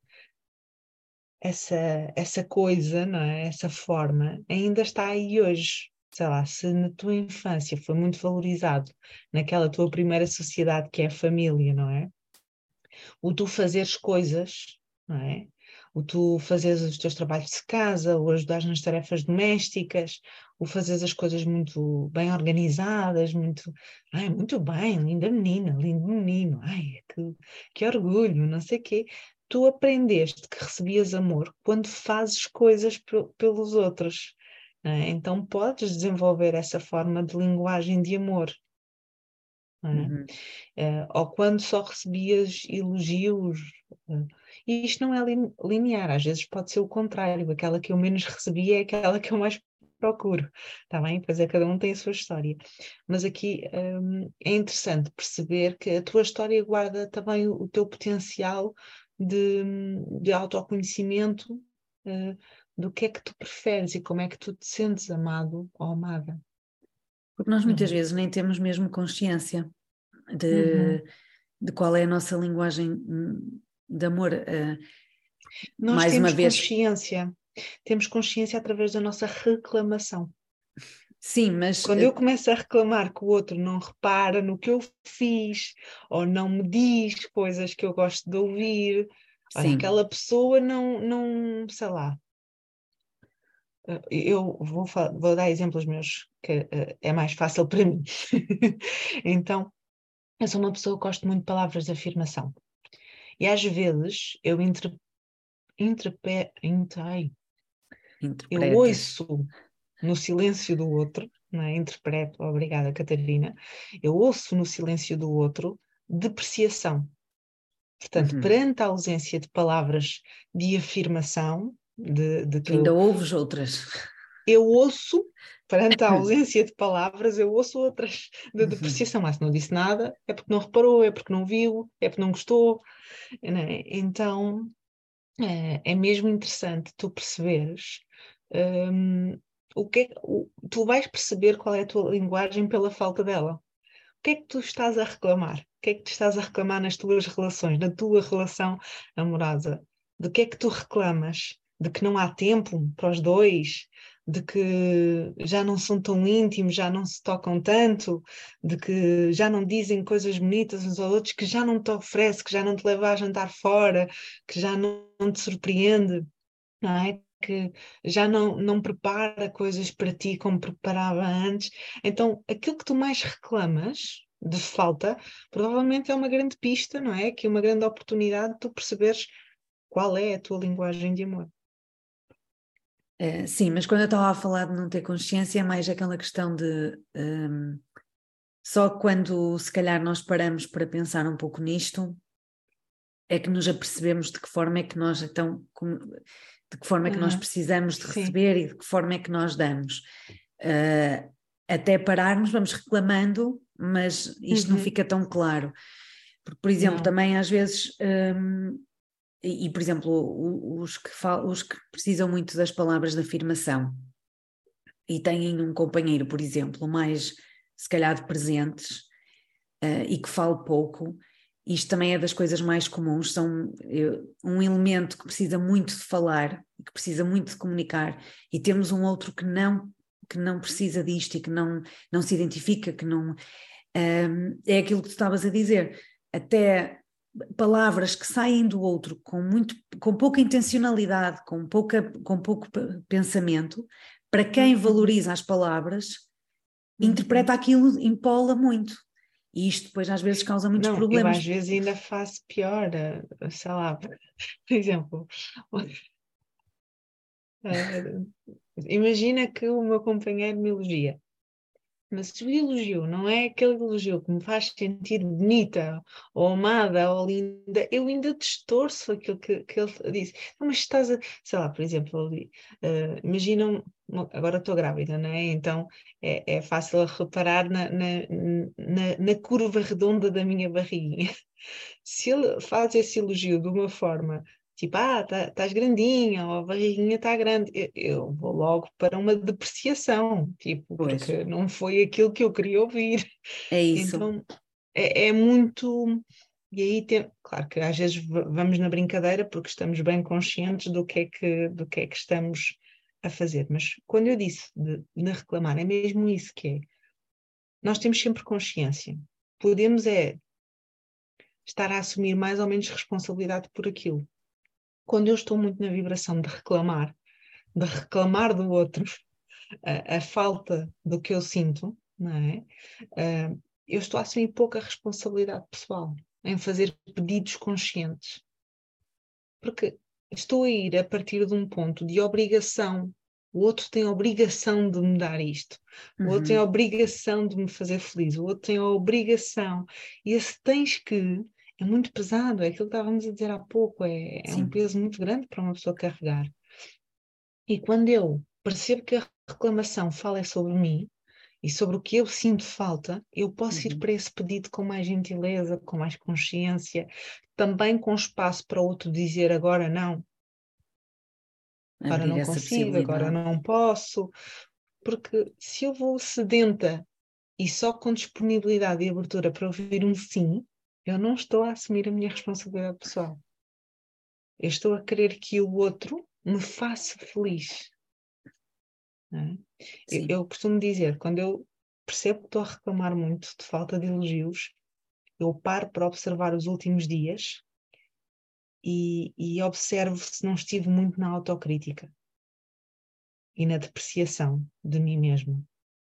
essa coisa, não é? Essa forma ainda está aí hoje. Sei lá, se na tua infância foi muito valorizado naquela tua primeira sociedade que é a família, não é? O tu fazeres coisas, não é? O tu fazeres os teus trabalhos de casa, o ajudares nas tarefas domésticas, o fazeres as coisas muito bem organizadas, muito bem, linda menina, lindo menino, que orgulho, não sei o quê. Tu aprendeste que recebias amor quando fazes coisas pelos outros, não é? Então podes desenvolver essa forma de linguagem de amor, não é? Ou quando só recebias elogios. E isto não é linear, às vezes pode ser o contrário, aquela que eu menos recebi é aquela que eu mais procuro, está bem? Pois é, cada um tem a sua história. Mas aqui é interessante perceber que a tua história guarda também o teu potencial de autoconhecimento, do que é que tu preferes e como é que tu te sentes amado ou amada. Porque nós muitas vezes nem temos mesmo consciência de qual é a nossa linguagem de amor. Nós mais temos uma vez, temos consciência através da nossa reclamação. sim, mas quando eu começo a reclamar que o outro não repara no que eu fiz ou não me diz coisas que eu gosto de ouvir, olha, aquela pessoa não, sei lá. Eu vou dar exemplos meus, que é mais fácil para mim. Então, eu sou uma pessoa que gosto muito de palavras de afirmação. E às vezes eu eu ouço no silêncio do outro, não é? Interpreto, obrigada Catarina, eu ouço no silêncio do outro depreciação. Portanto, perante a ausência de palavras de afirmação, de que ainda ouves outras. Eu ouço, perante a ausência de palavras, eu ouço outras de depreciação. Mas se não disse nada, é porque não reparou, é porque não viu, é porque não gostou. Né? Então, é mesmo interessante tu perceberes tu vais perceber qual é a tua linguagem pela falta dela. O que é que tu estás a reclamar? O que é que tu estás a reclamar nas tuas relações, na tua relação amorosa? De que é que tu reclamas? De que não há tempo para os dois? De que já não são tão íntimos, já não se tocam tanto? De que já não dizem coisas bonitas uns aos outros? Que já não te oferece, que já não te leva a jantar fora? Que já não te surpreende? Não é? Que já não prepara coisas para ti como preparava antes. Então, aquilo que tu mais reclamas, de falta, provavelmente é uma grande pista, não é? Que é uma grande oportunidade de tu perceberes qual é a tua linguagem de amor. Sim, mas quando eu estava a falar de não ter consciência, é mais aquela questão de só quando se calhar nós paramos para pensar um pouco nisto, é que nos apercebemos de que forma é que nós de que forma é que nós precisamos de Sim. receber e de que forma é que nós damos. Até pararmos, vamos reclamando, mas isto não fica tão claro. Porque, por exemplo, Não. também às vezes, por exemplo, os que precisam muito das palavras de afirmação e têm um companheiro, por exemplo, mais se calhar de presentes, e que fale pouco, isto também é das coisas mais comuns, são um elemento que precisa muito de falar, que precisa muito de comunicar, e temos um outro que não precisa disto e que não se identifica, que não... é aquilo que tu estavas a dizer, até palavras que saem do outro com pouca intencionalidade, com pouco pensamento, para quem valoriza as palavras, interpreta aquilo, empola muito. E isto depois às vezes causa muitos Não, problemas. eu às vezes ainda faço pior, sei lá, por exemplo, imagina que o meu companheiro me elogia. Mas se o elogio não é aquele elogio que me faz sentir bonita, ou amada, ou linda, eu ainda distorço aquilo que ele disse. Não, mas estás a... Sei lá, por exemplo, imagina, agora estou grávida, não é? Então é fácil reparar na curva redonda da minha barriguinha. Se ele faz esse elogio de uma forma tipo, estás grandinha, ou a barriguinha está grande, eu vou logo para uma depreciação, tipo, Pois, porque não foi aquilo que eu queria ouvir. é isso. Então é muito. E aí tem, claro que às vezes vamos na brincadeira porque estamos bem conscientes do que é que estamos a fazer. Mas quando eu disse de reclamar, é mesmo isso que é. Nós temos sempre consciência. Podemos estar a assumir mais ou menos responsabilidade por aquilo. Quando eu estou muito na vibração de reclamar do outro a falta do que eu sinto, não é? Eu estou a assumir pouca responsabilidade pessoal em fazer pedidos conscientes. Porque estou a ir a partir de um ponto de obrigação. O outro tem a obrigação de me dar isto. O outro tem a obrigação de me fazer feliz. O outro tem a obrigação. E esse tens que é muito pesado. É aquilo que estávamos a dizer há pouco. É um peso muito grande para uma pessoa carregar. E quando eu percebo que a reclamação fala sobre mim e sobre o que eu sinto falta, eu posso ir para esse pedido com mais gentileza, com mais consciência, também com espaço para o outro dizer agora não, agora Abrir não essa consigo, agora possibilidade. não posso, porque se eu vou sedenta e só com disponibilidade e abertura para ouvir um sim, eu não estou a assumir a minha responsabilidade pessoal. Eu estou a querer que o outro me faça feliz. Não é? Eu costumo dizer, quando eu percebo que estou a reclamar muito de falta de elogios, eu paro para observar os últimos dias e observo se não estive muito na autocrítica e na depreciação de mim mesma.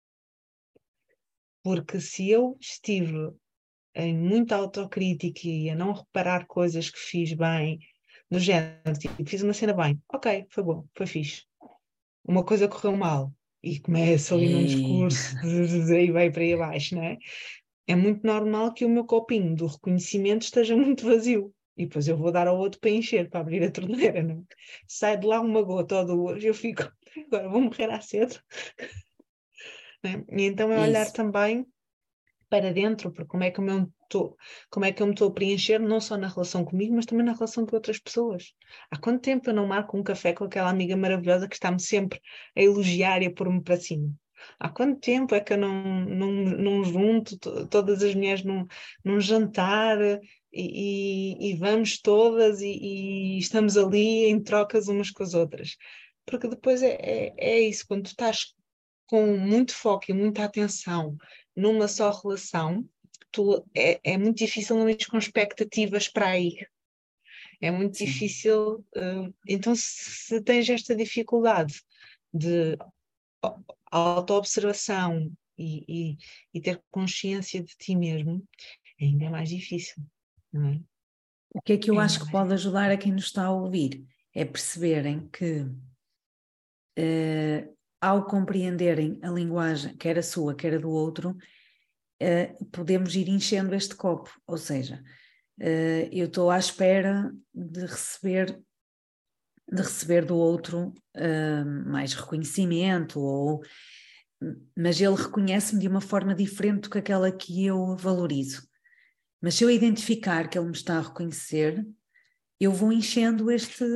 Porque se eu estive em muita autocrítica e a não reparar coisas que fiz bem, do género, tipo, fiz uma cena bem, ok, foi bom, foi fixe. Uma coisa correu mal e começo ali num discurso de aí vai para aí abaixo, não é? É muito normal que o meu copinho do reconhecimento esteja muito vazio. E depois eu vou dar ao outro para encher, para abrir a torneira, não é? Sai de lá uma gota ou duas, eu fico, agora vou morrer à sede. Né? E então é olhar Isso. também para dentro, para como é que como é que eu me estou a preencher, não só na relação comigo, mas também na relação com outras pessoas. Há quanto tempo eu não marco um café com aquela amiga maravilhosa que está-me sempre a elogiar e a pôr-me para cima? Há quanto tempo é que eu não junto todas as mulheres num jantar e vamos todas e estamos ali em trocas umas com as outras? Porque depois é isso, quando tu estás com muito foco e muita atenção numa só relação, é muito difícil não ir com expectativas para aí. É muito difícil. Então, se tens esta dificuldade de autoobservação e ter consciência de ti mesmo é ainda mais difícil, não é? O que é que eu É acho ainda que mais pode difícil. ajudar a quem nos está a ouvir? É perceberem que ao compreenderem a linguagem, quer a sua, quer a do outro, podemos ir enchendo este copo. Ou seja, eu estou à espera de receber do outro mais reconhecimento, mas ele reconhece-me de uma forma diferente do que aquela que eu valorizo. Mas se eu identificar que ele me está a reconhecer, eu vou enchendo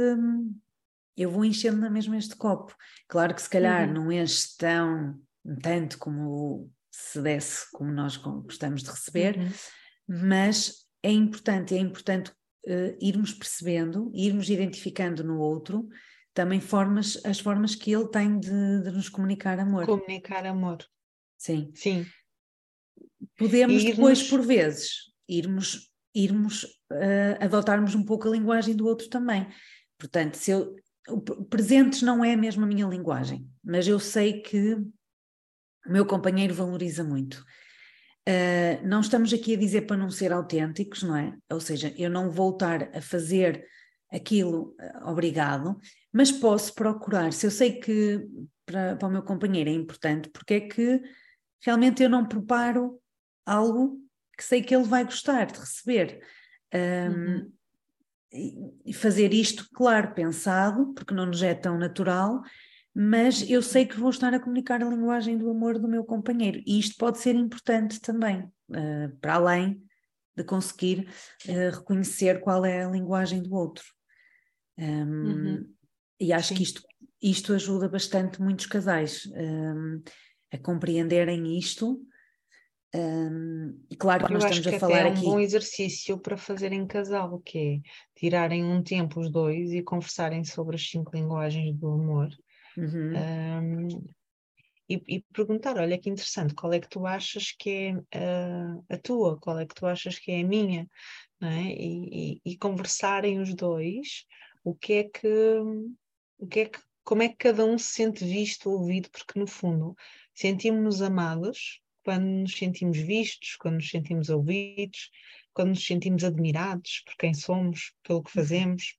na mesma este copo. Claro que se calhar não enche tanto como se desse, como nós gostamos de receber, mas é importante irmos percebendo, irmos identificando no outro também as formas que ele tem de nos comunicar amor. Comunicar amor. Sim. Sim. Podemos depois, por vezes, adotarmos um pouco a linguagem do outro também. Portanto, presentes não é mesmo a minha linguagem, mas eu sei que o meu companheiro valoriza muito. Não estamos aqui a dizer para não ser autênticos, não é? Ou seja, eu não vou estar a fazer aquilo obrigado, mas posso procurar, se eu sei que para o meu companheiro é importante, porque é que realmente eu não preparo algo que sei que ele vai gostar de receber. E fazer isto, claro, pensado, porque não nos é tão natural, mas eu sei que vou estar a comunicar a linguagem do amor do meu companheiro, e isto pode ser importante também, para além de conseguir reconhecer qual é a linguagem do outro. E acho que isto ajuda bastante muitos casais a compreenderem isto. Claro que Eu nós acho estamos a que até falar é um bom aqui. exercício para fazer em casal, que é tirarem um tempo os dois e conversarem sobre as 5 linguagens do amor. E perguntar, olha que interessante, qual é que tu achas que é a tua, qual é que tu achas que é a minha, não é? E conversarem os dois como é que cada um se sente visto, ouvido, porque no fundo sentimos-nos amados quando nos sentimos vistos, quando nos sentimos ouvidos, quando nos sentimos admirados por quem somos, pelo que fazemos.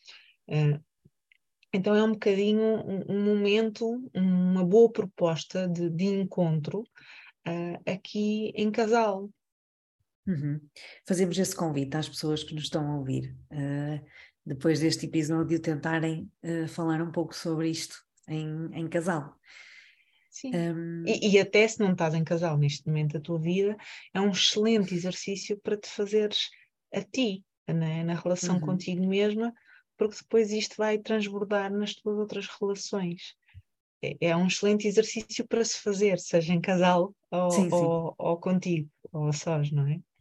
Então é um bocadinho um momento, uma boa proposta de encontro aqui em casal. Fazemos esse convite às pessoas que nos estão a ouvir, depois deste episódio tentarem falar um pouco sobre isto em casal. Sim. E até se não estás em casal neste momento da tua vida, é um excelente exercício para te fazeres a ti, né? Na relação contigo mesma, porque depois isto vai transbordar nas tuas outras relações. É um excelente exercício para se fazer, seja em casal Sim, sim. ou contigo, ou a sós, não é?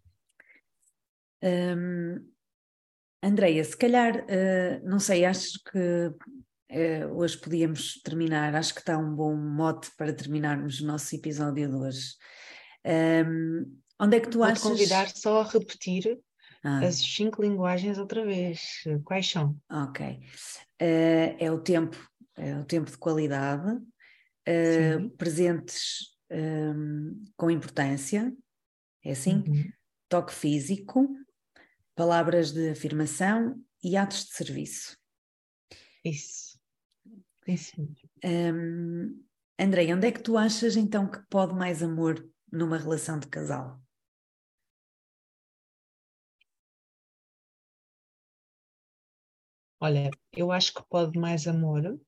Andreia, se calhar, não sei, acho que hoje podíamos terminar, acho que está um bom mote para terminarmos o nosso episódio de hoje. Onde é que tu Vou-te achas... convidar só a repetir as 5 linguagens outra vez. Quais são? Ok. É o tempo de qualidade, presentes com importância, é assim? Toque físico, palavras de afirmação e atos de serviço. Isso. Andrei, onde é que tu achas então que pode mais amor numa relação de casal? Olha, eu acho que pode mais amor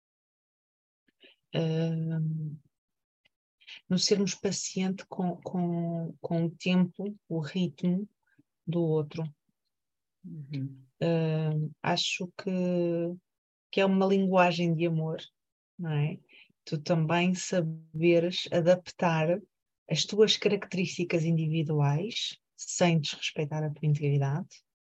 no sermos pacientes com o tempo, o ritmo do outro. Acho que é uma linguagem de amor, não é? Tu também saberes adaptar as tuas características individuais sem desrespeitar a tua integridade,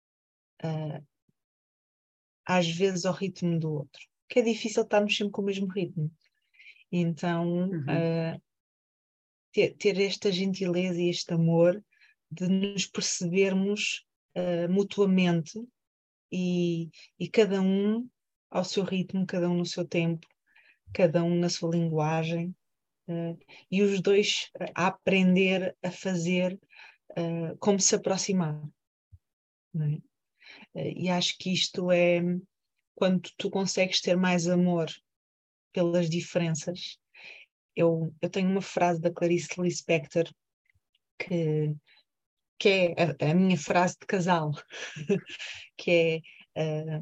às vezes ao ritmo do outro. Que é difícil estarmos sempre com o mesmo ritmo. Então, ter esta gentileza e este amor de nos percebermos mutuamente e cada um ao seu ritmo, cada um no seu tempo, cada um na sua linguagem, e os dois a aprender a fazer como se aproximar, não é? E acho que isto é quando tu consegues ter mais amor pelas diferenças. Eu tenho uma frase da Clarice Lispector que é a minha frase de casal, que é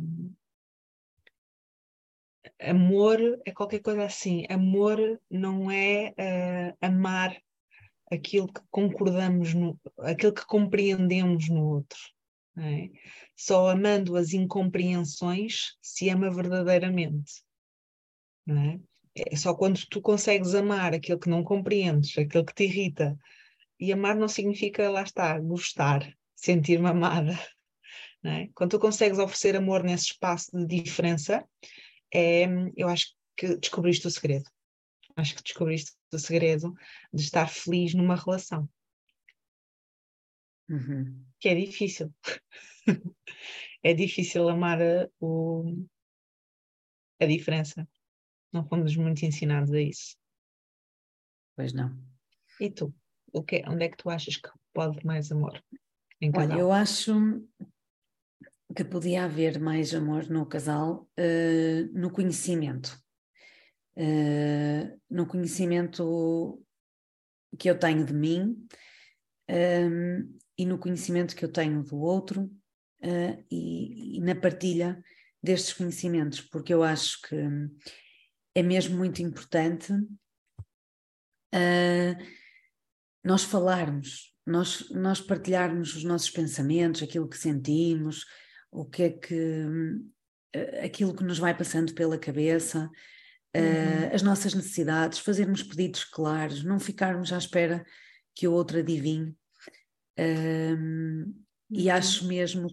amor é qualquer coisa assim. Amor não é amar aquilo que concordamos, aquilo que compreendemos no outro. Não é? Só amando as incompreensões se ama verdadeiramente. Não é? É só quando tu consegues amar aquilo que não compreendes, aquilo que te irrita. E amar não significa, lá está, gostar, sentir-me amada. Não é? Quando tu consegues oferecer amor nesse espaço de diferença, eu acho que descobriste o segredo. Acho que descobriste o segredo de estar feliz numa relação. Uhum. Que é difícil. É difícil amar a diferença. Não fomos muito ensinados a isso. Pois não. E tu? Onde é que tu achas que pode mais amor em Olha, casal? eu acho que podia haver mais amor no casal no conhecimento. No conhecimento que eu tenho de mim e no conhecimento que eu tenho do outro e na partilha destes conhecimentos, porque eu acho que é mesmo muito importante nós falarmos, nós partilharmos os nossos pensamentos, aquilo que sentimos, o que é que aquilo que nos vai passando pela cabeça, as nossas necessidades, fazermos pedidos claros, não ficarmos à espera que o outro adivinhe. E acho mesmo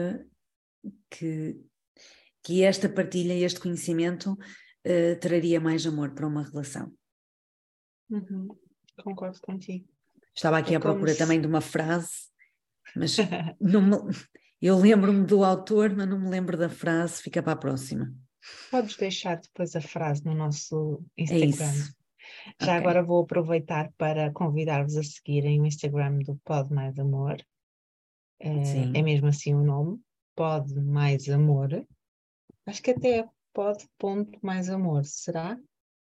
que esta partilha, este conhecimento traria mais amor para uma relação. Concordo contigo. Estava aqui à procura também de uma frase, mas eu lembro-me do autor, mas não me lembro da frase, fica para a próxima. Podes deixar depois a frase no nosso É Instagram. isso. Já Okay. agora vou aproveitar para convidar-vos a seguirem o Instagram do Pode Mais Amor. É mesmo assim o nome, Pode Mais Amor. Acho que até é pode.maisamor, será?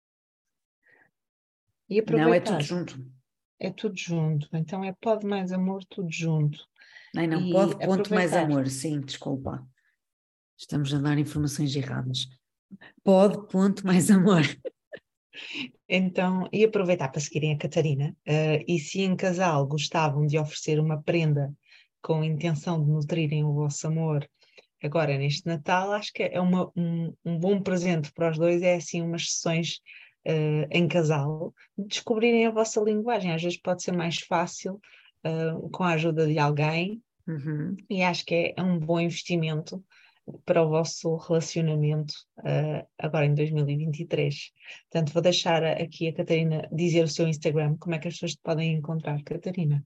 E aproveitar. Não, é tudo junto. É tudo junto, então é Pode Mais Amor, tudo junto. Não, pode ponto mais amor, sim, desculpa. Estamos a dar informações erradas. Pode ponto mais amor. Então, e aproveitar para seguirem a Catarina. E se em casal gostavam de oferecer uma prenda com a intenção de nutrirem o vosso amor, agora neste Natal, acho que é um bom presente para os dois, é assim umas sessões em casal, de descobrirem a vossa linguagem. Às vezes pode ser mais fácil com a ajuda de alguém, e acho que é um bom investimento para o vosso relacionamento agora em 2023. Portanto, vou deixar aqui a Catarina dizer o seu Instagram, como é que as pessoas te podem encontrar, Catarina?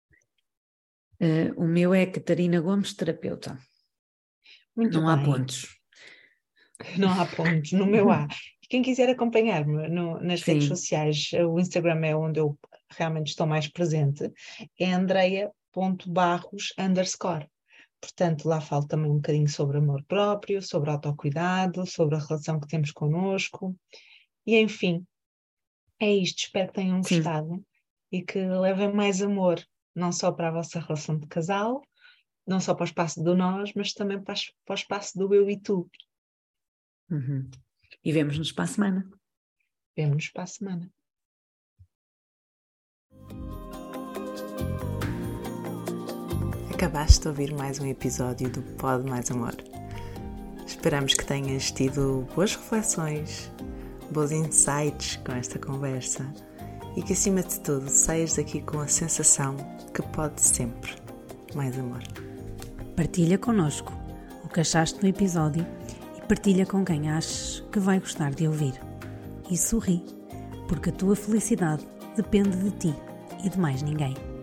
O meu é Catarina Gomes, terapeuta. Muito não bem. Há pontos. Não há pontos, no meu há. E quem quiser acompanhar-me nas redes sociais, o Instagram é onde eu realmente estou mais presente, é andreia.barros_. Portanto, lá falo também um bocadinho sobre amor próprio, sobre autocuidado, sobre a relação que temos connosco. E, enfim, é isto. Espero que tenham gostado e que levem mais amor, não só para a vossa relação de casal, não só para o espaço do nós, mas também para o espaço do eu e tu. E vemo-nos para a semana. Vemo-nos para a semana. Acabaste de ouvir mais um episódio do Pode Mais Amor. Esperamos que tenhas tido boas reflexões, bons insights com esta conversa e que, acima de tudo, saias daqui com a sensação que pode sempre mais amor. Partilha connosco o que achaste do episódio e partilha com quem achas que vai gostar de ouvir. E sorri, porque a tua felicidade depende de ti e de mais ninguém.